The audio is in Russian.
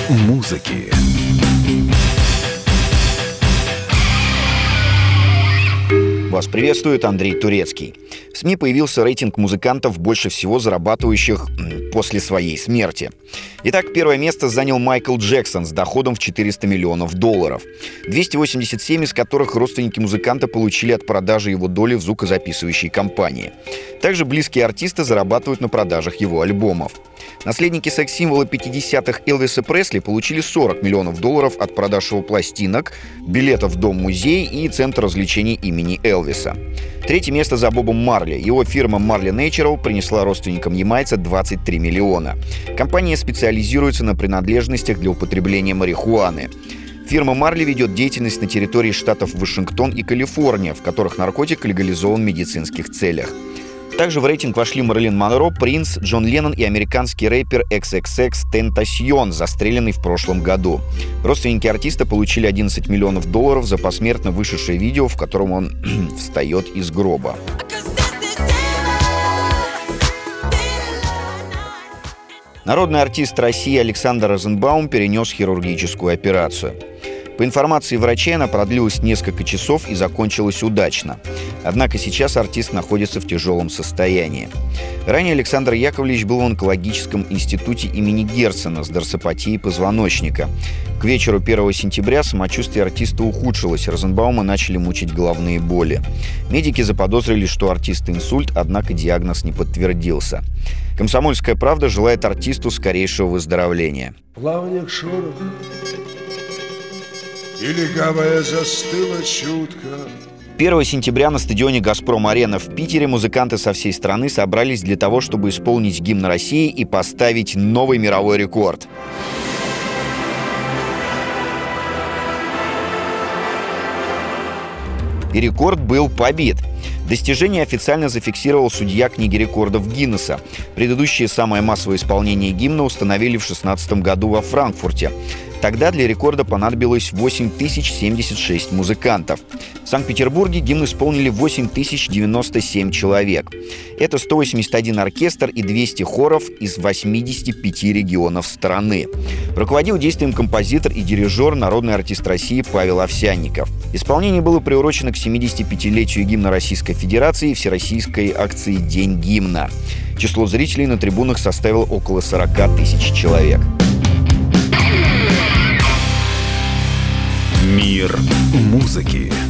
музыки. Вас приветствует Андрей Турецкий. В СМИ появился рейтинг музыкантов, больше всего зарабатывающих после своей смерти. Итак, первое место занял Майкл Джексон с доходом в $400 миллионов, 287 из которых родственники музыканта получили от продажи его доли в звукозаписывающей компании. Также близкие артисты зарабатывают на продажах его альбомов. Наследники секс-символа 50-х Элвиса Пресли получили $40 миллионов от продаж его пластинок, билетов в Дом-музей и Центр развлечений имени Элвиса. Третье место за Бобом Марли. Его фирма Marley Natural принесла родственникам ямайца $23 миллиона. Компания специализируется на принадлежностях для употребления марихуаны. Фирма Марли ведет деятельность на территории штатов Вашингтон и Калифорния, в которых наркотик легализован в медицинских целях. Также в рейтинг вошли Мэрилин Монро, Принц, Джон Леннон и американский рэпер XXXTentacion, застреленный в прошлом году. Родственники артиста получили $11 миллионов за посмертно вышедшее видео, в котором он встает из гроба. Народный артист России Александр Розенбаум перенес хирургическую операцию. По информации врачей, она продлилась несколько часов и закончилась удачно. Однако сейчас артист находится в тяжелом состоянии. Ранее Александр Яковлевич был в онкологическом институте имени Герцена с дорсопатией позвоночника. К вечеру 1 сентября самочувствие артиста ухудшилось, Розенбаума начали мучить головные боли. Медики заподозрили, что у артиста инсульт, однако диагноз не подтвердился. «Комсомольская правда» желает артисту скорейшего выздоровления. Плавник шорох, и легавая застыла чутко. 1 сентября на стадионе «Газпром-Арена» в Питере музыканты со всей страны собрались для того, чтобы исполнить гимн России и поставить новый мировой рекорд. И рекорд был побит. Достижение официально зафиксировал судья книги рекордов Гиннесса. Предыдущее самое массовое исполнение гимна установили в 2016 году во Франкфурте. Тогда для рекорда понадобилось 8076 музыкантов. В Санкт-Петербурге гимн исполнили 8097 человек. Это 181 оркестр и 200 хоров из 85 регионов страны. Руководил действием композитор и дирижер, народный артист России Павел Овсянников. Исполнение было приурочено к 75-летию гимна Российской Федерации и всероссийской акции «День гимна». Число зрителей на трибунах составило около 40 тысяч человек. Мир музыки.